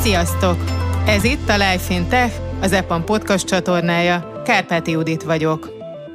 Sziasztok! Ez itt a Life in Tech, az EPAM podcast csatornája. Kárpáti Judit vagyok.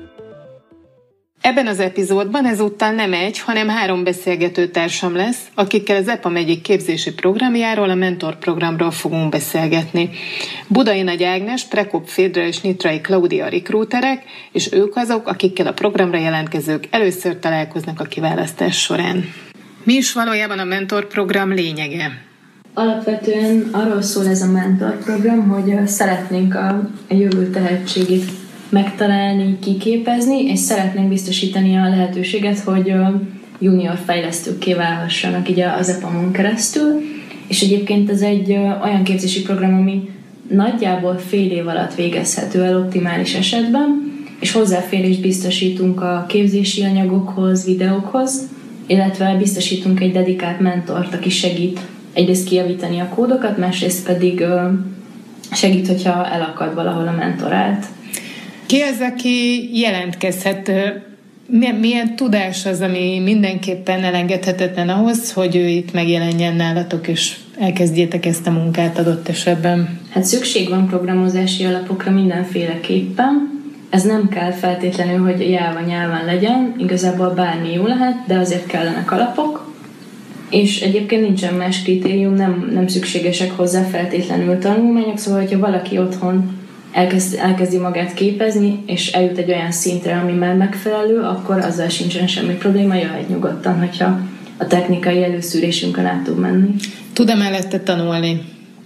Ebben az epizódban ezúttal nem egy, hanem 3 beszélgető társam lesz, akikkel az EPAM egyik képzési programjáról, a Mentor programról fogunk beszélgetni. Budai Nagy Ágnes, Prekop Fédra és Nyitrai Klaudia recruiterek, és ők azok, akikkel a programra jelentkezők először találkoznak a kiválasztás során. Mi is valójában a Mentor program lényege? Alapvetően arról szól ez a Mentor program, hogy szeretnénk a jövő tehetségét megtalálni, kiképezni, és szeretnénk biztosítani a lehetőséget, hogy junior fejlesztőkké válhassanak így az EPAM-on keresztül. És egyébként ez egy olyan képzési program, ami nagyjából fél év alatt végezhető el optimális esetben, és hozzáférést biztosítunk a képzési anyagokhoz, videókhoz, illetve biztosítunk egy dedikált mentort, aki segít egyrészt kijavítani a kódokat, másrészt pedig segít, hogyha elakad valahol a mentorált. Ki az, aki jelentkezhet? Milyen tudás az, ami mindenképpen elengedhetetlen ahhoz, hogy ő itt megjelenjen nálatok, és elkezdjétek ezt a munkát adott esetben? Hát szükség van programozási alapokra mindenféleképpen. Ez nem kell feltétlenül, hogy nyelven legyen, igazából bármi jó lehet, de azért kellenek alapok. És egyébként nincsen más kritérium, nem szükségesek hozzá feltétlenül tanulmányok, szóval hogyha valaki otthon elkezdi magát képezni, és eljut egy olyan szintre, ami már megfelelő, akkor azzal sincsen semmi probléma, jöhet nyugodtan, hogyha a technikai előszűrésünkön át tud menni. Tud-e mellette tanulni?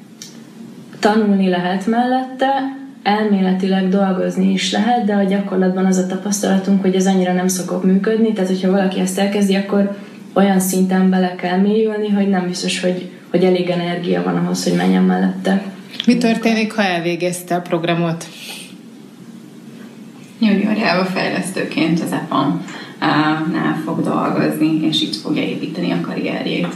Tanulni lehet mellette, elméletileg dolgozni is lehet, de a gyakorlatban az a tapasztalatunk, hogy ez annyira nem szokott működni, tehát hogyha valaki ezt elkezdi, akkor olyan szinten bele kell mélyülni, hogy nem biztos, hogy elég energia van ahhoz, hogy menjen mellette. Mi történik, ha elvégezte a programot? Junior Java fejlesztőként az EPAM-nál fog dolgozni, és itt fogja építeni a karrierjét.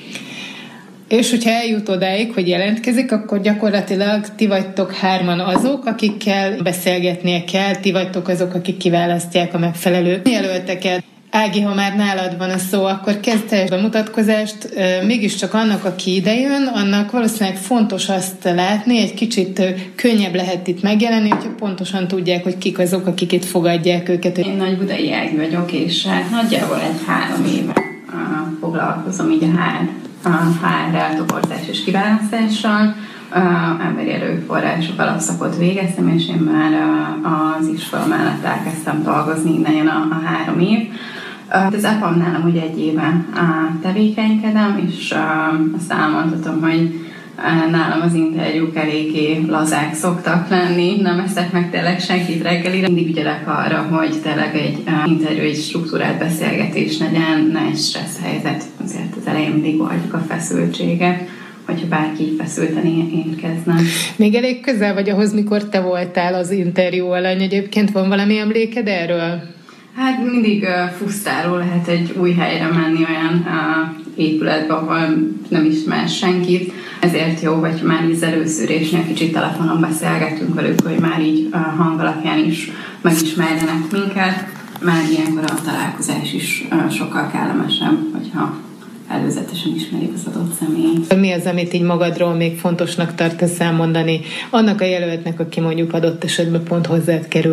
És hogyha eljut odáig, hogy jelentkezik, akkor gyakorlatilag ti vagytok 3 azok, akikkel beszélgetnie kell, ti vagytok azok, akik kiválasztják a megfelelő jelölteket. Ági, ha már nálad van a szó, akkor kezd el bemutatkozást. Mégiscsak annak, aki idejön, annak valószínűleg fontos azt látni, egy kicsit könnyebb lehet itt megjelenni, hogyha pontosan tudják, hogy kik azok, akik itt fogadják őket. Én Nagy Budai Ági vagyok, és nagyjából egy 3 éve foglalkozom így a HR eltoborzás és kiválasztással. Emberi erőforrások alapszakot végeztem, és én már az iskola mellett elkezdtem dolgozni, innen jön a 3 év. Az EPAM nálam ugye 1 éve tevékenykedem, és azt elmondhatom, hogy nálam az interjúk eléggé lazák szoktak lenni, nem eszek meg tényleg senkit reggelire. Mindig ügyelek arra, hogy tényleg egy interjú, egy struktúrált beszélgetés legyen, ne egy stressz helyzet. Azért az elején mindig oldjuk a feszültséget, hogyha bárki feszülten érkezne. Még elég közel vagy ahhoz, mikor te voltál az interjú alany. Egyébként van valami emléked erről? Hát mindig frusztráló lehet egy új helyre menni olyan épületbe, ahol nem ismer senkit. Ezért jó, hogy már így az előszűrésnél kicsit telefonon beszélgetünk velük, hogy már így hang alapján is megismerjenek minket. Már ilyenkor a találkozás is sokkal kellemesebb, hogyha előzetesen ismerik az adott személyt. Mi az, amit így magadról még fontosnak tartasz elmondani annak a jelöltnek, aki mondjuk adott esetben pont hozzád kerül?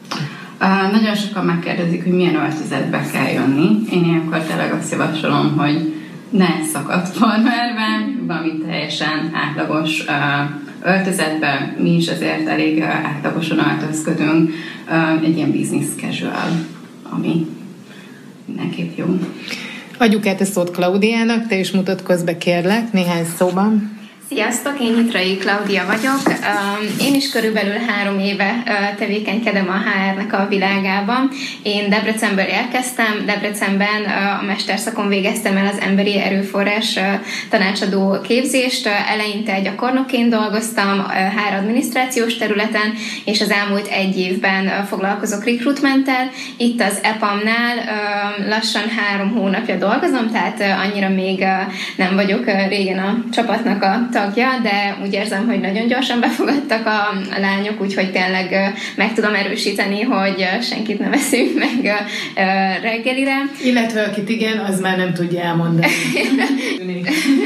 Nagyon sokan megkérdezik, hogy milyen öltözetbe kell jönni. Én ilyenkor tényleg azt javasolom, hogy ne szakadt farmerben, valami teljesen átlagos öltözetben. Mi is azért elég átlagosan öltözködünk. Egy ilyen business casual, ami mindenképp jó. Adjuk át a szót Klaudiának, te is mutatkozz be, kérlek, néhány szóban. Sziasztok, én Nyitrai Klaudia vagyok. Én is körülbelül 3 éve tevékenykedem a HR-nek a világában. Én Debrecenből érkeztem, Debrecenben a mesterszakon végeztem el az emberi erőforrás tanácsadó képzést. Eleinte gyakornokként dolgoztam HR adminisztrációs területen, és az elmúlt 1 évben foglalkozok recruitmenttel. Itt az EPAM-nál lassan 3 hónapja dolgozom, tehát annyira még nem vagyok régen a csapatnak a tagja, de úgy érzem, hogy nagyon gyorsan befogadtak a lányok, úgyhogy tényleg meg tudom erősíteni, hogy senkit ne veszünk meg reggelire. Illetve akit igen, az már nem tudja elmondani.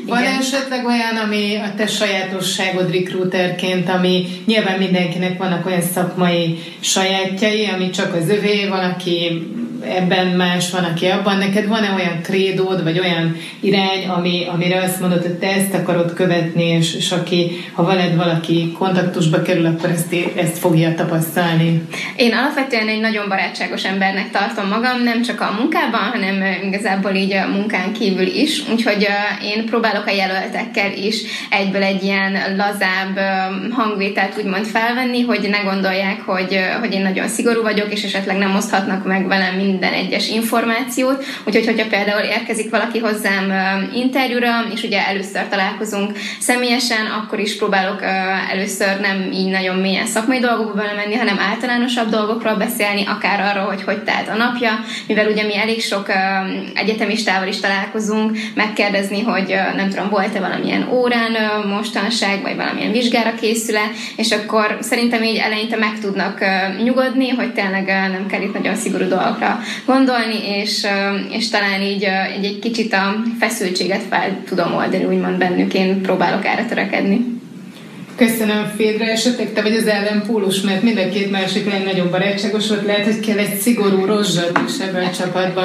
Van esetleg olyan, ami a te sajátosságod recruiterként, ami nyilván mindenkinek vannak olyan szakmai sajátjai, ami csak az övé, van, aki ebben más, van, aki abban. Neked van-e olyan krédód, vagy olyan irány, amire azt mondod, hogy te ezt akarod követni, és aki, ha veled valaki kontaktusba kerül, akkor ezt fogja tapasztalni? Én alapvetően egy nagyon barátságos embernek tartom magam, nem csak a munkában, hanem igazából így a munkán kívül is, úgyhogy én próbálok a jelöltekkel is egyből egy ilyen lazább hangvételt úgymond felvenni, hogy ne gondolják, hogy én nagyon szigorú vagyok, és esetleg nem oszthatnak meg velem minden egyes információt, úgyhogy hogyha például érkezik valaki hozzám interjúra, és ugye először találkozunk személyesen, akkor is próbálok először nem így nagyon mélyen szakmai dolgokba belemenni, hanem általánosabb dolgokról beszélni, akár arról, hogy telt a napja, mivel ugye mi elég sok egyetemistával is találkozunk, megkérdezni, hogy nem tudom, volt-e valamilyen órán mostanság, vagy valamilyen vizsgára készül-e, és akkor szerintem így eleinte meg tudnak nyugodni, hogy tényleg nem kell itt nagyon szigorú dolgokra gondolni, és talán így egy kicsit a feszültséget fel tudom oldani, úgymond bennük, én próbálok erre törekedni. Köszönöm, Fédra, esetleg te vagy az ellenpólus, mert mind a két másik lány nagyon barátságos volt, lehet, hogy kell egy szigorú rozsad is ebben a csapatban.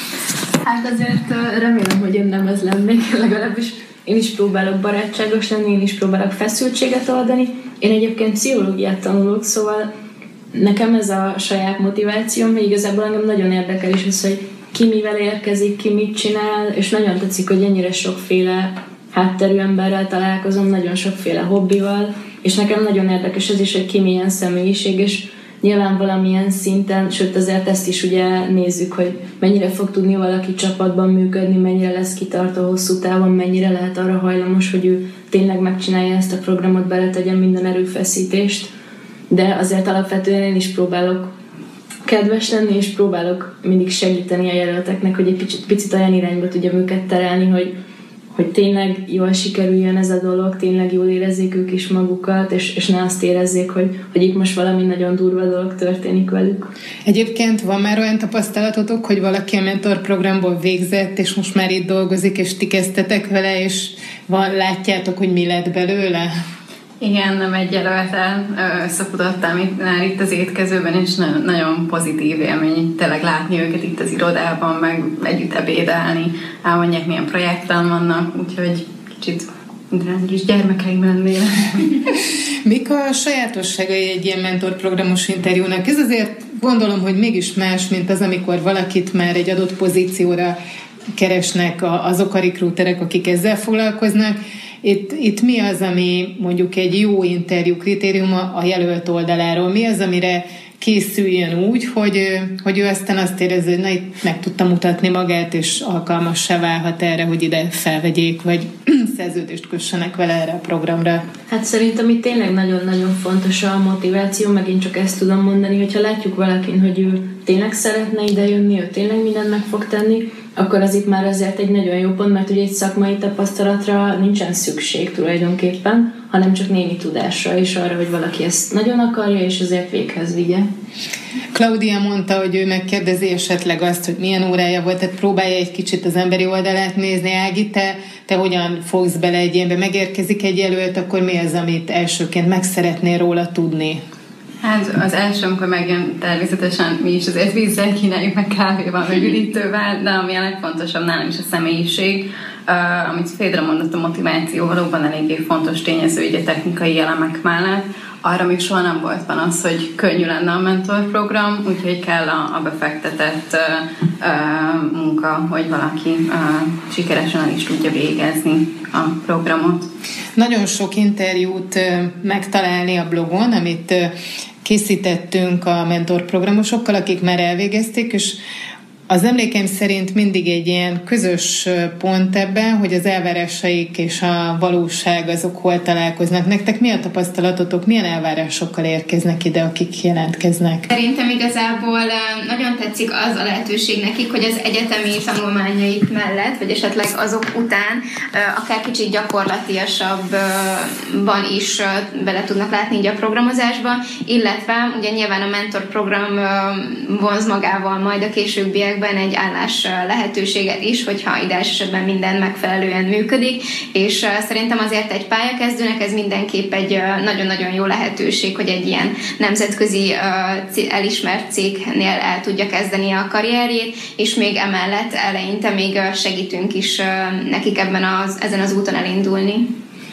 Hát azért remélem, hogy én nem ez lennék, legalábbis én is próbálok barátságos lenni, én is próbálok feszültséget oldani. Én egyébként pszichológiát tanulok, szóval nekem ez a saját motivációm, hogy igazából engem nagyon érdekel is az, hogy ki mivel érkezik, ki mit csinál, és nagyon tetszik, hogy ennyire sokféle hátterű emberrel találkozom, nagyon sokféle hobbival, és nekem nagyon érdekes ez is, hogy ki milyen személyiség, és nyilván valamilyen szinten, sőt azért ezt is ugye nézzük, hogy mennyire fog tudni valaki csapatban működni, mennyire lesz kitartó hosszú távon, mennyire lehet arra hajlamos, hogy ő tényleg megcsinálja ezt a programot, beletegyen minden erőfeszítést, de azért alapvetően én is próbálok kedves lenni, és próbálok mindig segíteni a jelölteknek, hogy egy picit olyan irányba tudjam őket terelni, hogy tényleg jól sikerüljön ez a dolog, tényleg jól érezzék ők is magukat, és ne azt érezzék, hogy itt most valami nagyon durva dolog történik velük. Egyébként van már olyan tapasztalatotok, hogy valaki a mentorprogramból végzett, és most már itt dolgozik, és ti kezdtetek vele, és látjátok, hogy mi lett belőle? Igen, nem egy jelöltel összefutottam itt az étkezőben, és nagyon, nagyon pozitív élmény tényleg látni őket itt az irodában, meg együtt ebédelni, elmondják, milyen projekten vannak, úgyhogy kicsit kis gyermekeim lennél. Mik a sajátosságai egy ilyen mentorprogramos interjúnak? Ez azért gondolom, hogy mégis más, mint az, amikor valakit már egy adott pozícióra keresnek azok a recruiterek, akik ezzel foglalkoznak. Itt mi az, ami mondjuk egy jó interjú kritériuma a jelölt oldaláról? Mi az, amire készüljön úgy, hogy ő aztán azt érezze, hogy na, itt meg tudta mutatni magát, és alkalmassá válhat erre, hogy ide felvegyék, vagy szerződést kössenek vele erre a programra? Hát szerintem itt tényleg nagyon-nagyon fontos a motiváció, megint csak ezt tudom mondani, hogyha látjuk valakin, hogy ő tényleg szeretne idejönni, ő tényleg mindent meg fog tenni, akkor az itt már azért egy nagyon jó pont, mert ugye egy szakmai tapasztalatra nincsen szükség tulajdonképpen, hanem csak némi tudásra, és arra, hogy valaki ezt nagyon akarja, és azért véghez vigye. Claudia mondta, hogy ő megkérdezi esetleg azt, hogy milyen órája volt, tehát próbálja egy kicsit az emberi oldalát nézni. Ági, te hogyan fogsz bele egy ilyenbe? Megérkezik egy jelölt, akkor mi az, amit elsőként meg szeretnél róla tudni? Hát az első, amikor megjön, természetesen mi is azért vízzel kínáljuk meg kávéval, vagy üdítővel, de ami a legfontosabb nálam is a személyiség. Amit Fédra mondott, a motiváció valóban eléggé fontos tényező így a technikai elemek mellett. Arra még soha nem volt van az, hogy könnyű lenne a mentorprogram, úgyhogy kell a befektetett munka, hogy valaki sikeresen el is tudja végezni a programot. Nagyon sok interjút megtalálni a blogon, amit készítettünk a mentorprogramosokkal, akik már elvégezték, és az emlékeim szerint mindig egy ilyen közös pont ebben, hogy az elvárásaik és a valóság azok hol találkoznak. Nektek mi a tapasztalatotok, milyen elvárásokkal érkeznek ide, akik jelentkeznek? Szerintem igazából nagyon tetszik az a lehetőség nekik, hogy az egyetemi tanulmányaik mellett, vagy esetleg azok után akár kicsit gyakorlatiasabban is bele tudnak látni így a programozásban, illetve ugye nyilván a mentorprogram vonz magával majd a későbbiekben cégekben egy állás lehetőséget is, hogyha ideális esetben minden megfelelően működik, és szerintem azért egy pályakezdőnek ez mindenképp egy nagyon-nagyon jó lehetőség, hogy egy ilyen nemzetközi elismert cégnél el tudja kezdeni a karrierjét, és még emellett eleinte még segítünk is nekik ezen az úton elindulni.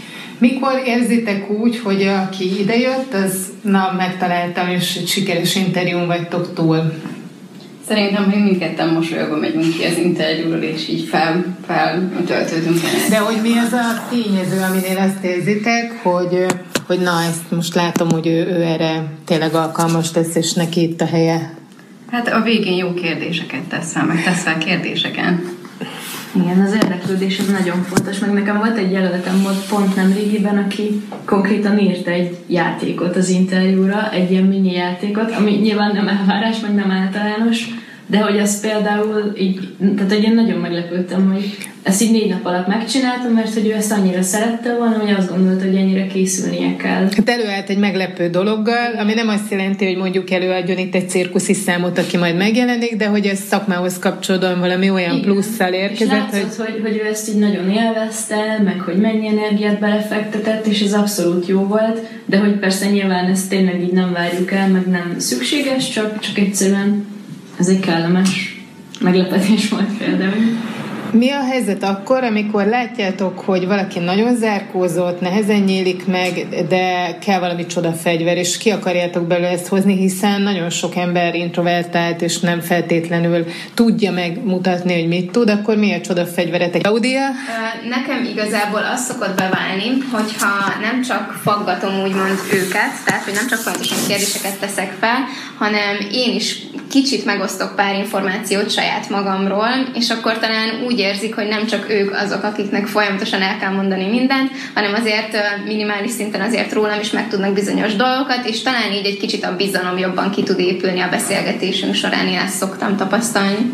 Mikor érzitek úgy, hogy aki idejött, az megtaláltam, és egy sikeres interjún vagytok túl? Szerintem, hogy mindketten mosolyogva megyünk ki az interjúról, és így feltöltődünk. De hogy mi az a tényező, aminél ezt érzitek, hogy na, ezt most látom, hogy ő erre tényleg alkalmas lesz, és neki itt a helye? Hát a végén jó kérdéseket tesz fel kérdéseken. Igen, az érdeklődés ez nagyon fontos, meg nekem volt egy jelöltem pont nemrégiben, aki konkrétan írt egy játékot az interjúra, egy ilyen mini játékot, ami nyilván nem elvárás, meg nem általános, de hogy ez például így, tehát én nagyon meglepődtem, hogy ezt így 4 nap alatt megcsináltam, mert hogy ő ezt annyira szerette volna, hogy azt gondolta, hogy ennyire készülnie kell. Hát előállt egy meglepő dologgal, ami nem azt jelenti, hogy mondjuk előadjon itt egy cirkuszi számot, aki majd megjelenik, de hogy ez szakmához kapcsolódóan valami olyan plusszal érkezett. És látszott, hogy ő ezt így nagyon élvezte, meg hogy mennyi energiát belefektetett, és ez abszolút jó volt, de hogy persze nyilván ezt tényleg így nem várjuk el, meg nem szükséges, csak egyszerűen ez egy kellemes meglepetés volt például. Mi a helyzet akkor, amikor látjátok, hogy valaki nagyon zárkózott, nehezen nyílik meg, de kell valami csodafegyver, és ki akarjátok belőle ezt hozni, hiszen nagyon sok ember introvertált, és nem feltétlenül tudja megmutatni, hogy mit tud, akkor mi a csodafegyveretek? Claudia? Nekem igazából az szokott beválni, hogyha nem csak faggatom úgymond őket, tehát hogy nem csak fontosan kérdéseket teszek fel, hanem én is kicsit megosztok pár információt saját magamról, és akkor talán úgy érzik, hogy nem csak ők azok, akiknek folyamatosan el kell mondani mindent, hanem azért minimális szinten azért rólam is megtudnak bizonyos dolgokat, és talán így egy kicsit a bizalom jobban ki tud épülni a beszélgetésünk során, én ezt szoktam tapasztalni.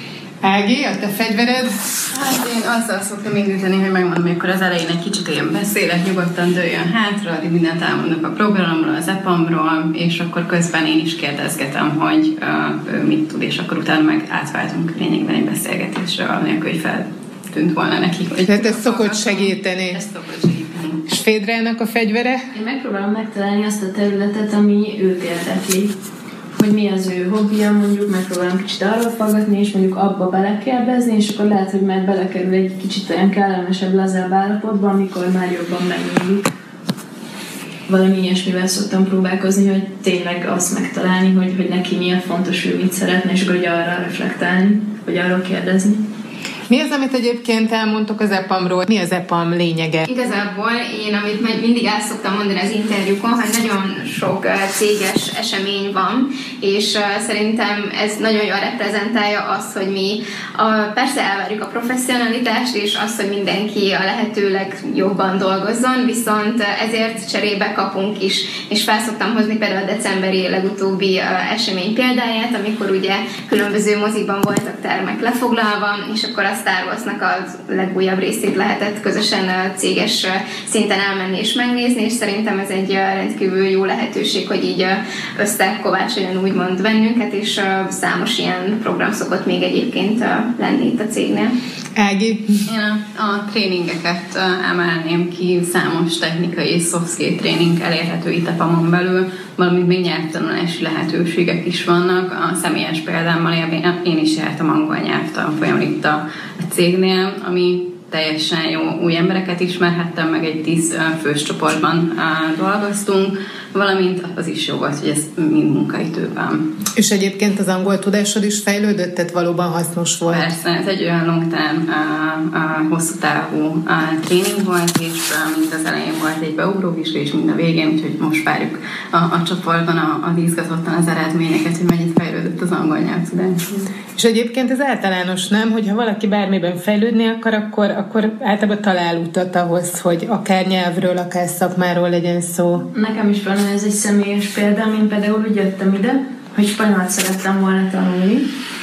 Ági, a te fegyvered? Hát én azzal szoktam indítani, hogy megmondom, hogy akkor az elején egy kicsit ilyen beszélek, nyugodtan dőljön hátra, addig mindent elmondok a programról, az EPAM-ról, és akkor közben én is kérdezgetem, hogy ő mit tud, és akkor utána meg átváltunk lényegben egy beszélgetésre, anélkül, hogy feltűnt volna neki. Tehát ez szokott segíteni. Ez szokott segíteni. És Fédrának a fegyvere? Én megpróbálom megtalálni azt a területet, ami őt érdekli. Hogy mi az ő hobbija, mondjuk megpróbálom kicsit arról faggatni, és mondjuk abba belekérdezni, és akkor lehet, hogy már belekerül egy kicsit olyan kellemesebb, lazább állapotba, amikor már jobban megnyílik. Valami ilyesmivel szoktam próbálkozni, hogy tényleg azt megtalálni, hogy neki mi a fontos, ő mit szeretne, és akkor arra reflektálni, vagy arról kérdezni. Mi az, amit egyébként elmondtok az EPAM-ról? Mi az EPAM lényege? Igazából én, amit mindig el szoktam mondani az interjúkon, hogy nagyon sok céges esemény van, és szerintem ez nagyon jól reprezentálja azt, hogy mi persze elvárjuk a professzionalitást, és azt, hogy mindenki a lehetőleg jobban dolgozzon, viszont ezért cserébe kapunk is, és fel szoktam hozni például a decemberi legutóbbi esemény példáját, amikor ugye különböző mozikban voltak termek lefoglalva, és akkor a Star Warsnak a legújabb részét lehetett közösen céges szinten elmenni és megnézni, és szerintem ez egy rendkívül jó lehetőség, hogy így összekovácsoljon úgymond bennünket, és számos ilyen program szokott még egyébként lenni itt a cégnél. Ági? Én a tréningeket emelném ki, számos technikai és soft skill tréning elérhető itt a EPAM-on belül, valamint még nyelvtanulási lehetőségek is vannak. A személyes példámmal én is jártam angol nyelvtanfolyamon itt a cégnél, ami teljesen jó, új embereket ismerhettem, meg egy 10 fős csoportban dolgoztunk, valamint az is jó volt, hogy ez mind munkaidőben. És egyébként az angol tudásod is fejlődött, tehát valóban hasznos volt? Persze, ez egy olyan long term, hosszú távú tréning volt, és mind az elején volt egy beugróvizsga, és mind a végén, úgyhogy most várjuk a csoportban izgatottan az eredményeket, hogy mennyit fejlődött az angol nyelvtudás. És egyébként ez általános, nem? Hogyha valaki bármiben fejlődni akar, akkor általában talál utat ahhoz, hogy akár nyelvről, akár szakmáról legyen szó. Nekem is van ez egy személyes példám, én például úgy jöttem ide, hogy spanyolt szerettem volna tanulni,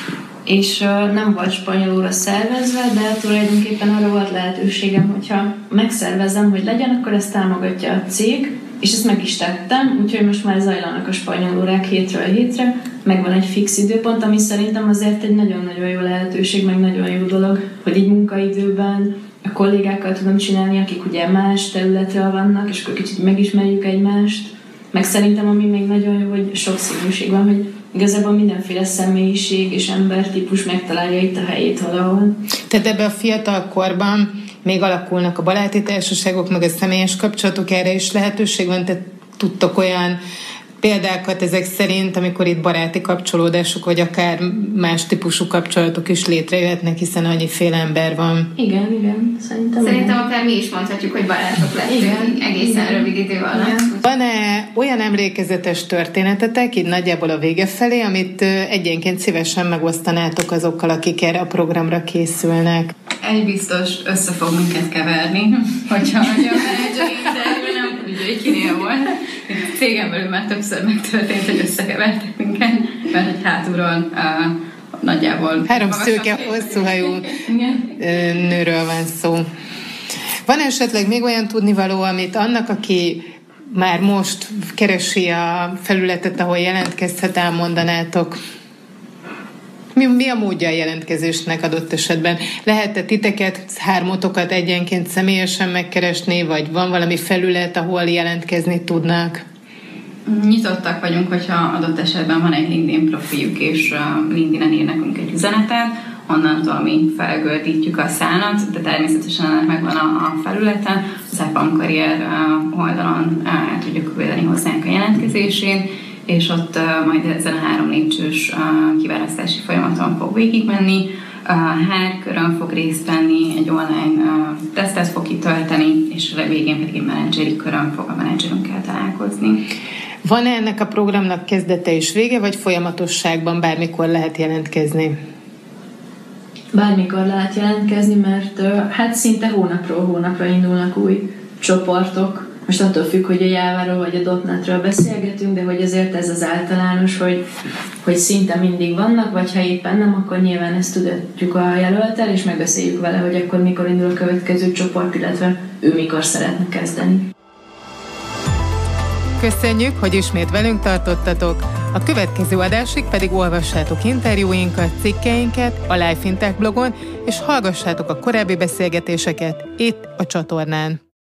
és nem volt spanyolóra szervezve, de tulajdonképpen arra volt lehetőségem, hogyha megszervezem, hogy legyen, akkor ezt támogatja a cég, és ezt meg is tettem, úgyhogy most már zajlanak a spanyol órák hétről hétre, megvan egy fix időpont, ami szerintem azért egy nagyon-nagyon jó lehetőség, meg nagyon jó dolog, hogy így munkaidőben a kollégákkal tudom csinálni, akik ugye más területről vannak, és akkor kicsit megismerjük egymást, meg szerintem ami még nagyon jó, hogy sok színűség van, hogy igazából mindenféle személyiség és embertípus megtalálja itt a helyét valahol. Tehát ebben a fiatal korban még alakulnak a baráti társaságok, meg a személyes kapcsolatok, erre is lehetőség van, tehát tudtok olyan példákat ezek szerint, amikor itt baráti kapcsolódások, vagy akár más típusú kapcsolatok is létrejöhetnek, hiszen annyiféle ember van. Igen, Szerintem akár mi is mondhatjuk, hogy barátok lettünk egészen rövid idő alatt. Van-e olyan emlékezetes történetetek, így nagyjából a vége felé, amit egyenként szívesen megosztanátok azokkal, akik erre a programra készülnek? Egy biztos össze fog minket keverni, hogyha a menedzser interjú nem tudja, hogy kinél volt. A cégen belül már többször megtörtént, hogy összekevertek minket, mert hogy hátulról nagyjából... 3 szőke, hosszúhajú nőről van szó. Van esetleg még olyan tudnivaló, amit annak, aki már most keresi a felületet, ahol jelentkezhet, elmondanátok? Mi a módja a jelentkezésnek adott esetben? Lehet-e titeket, 3-otokat egyenként személyesen megkeresni, vagy van valami felület, ahol jelentkezni tudnak? Nyitottak vagyunk, hogyha adott esetben van egy LinkedIn profiljuk, és LinkedIn-en ír nekünk egy üzenetet, onnantól mi felgördítjük a szálat, de természetesen ennek megvan a felülete, az EPAM karrier oldalon el tudjuk küldeni hozzánk a jelentkezésén, és ott majd ezen a 3 lépcsős kiválasztási folyamaton fog végigmenni. HR körön fog részt venni, egy online tesztet fog kitölteni, és a végén pedig egy menedzseri körön fog a menedzserünkkel találkozni. Van-e ennek a programnak kezdete és vége, vagy folyamatosságban bármikor lehet jelentkezni? Bármikor lehet jelentkezni, mert hát szinte hónapról hónapra indulnak új csoportok. Most attól függ, hogy a Jáváról vagy a .NET-ről beszélgetünk, de hogy azért ez az általános, hogy szinte mindig vannak, vagy ha éppen nem, akkor nyilván ezt tudatjuk a jelölttel, és megbeszéljük vele, hogy akkor mikor indul a következő csoport, illetve ő mikor szeretne kezdeni. Köszönjük, hogy ismét velünk tartottatok. A következő adásig pedig olvassátok interjúinkat, cikkeinket a Life in Tech blogon, és hallgassátok a korábbi beszélgetéseket itt a csatornán.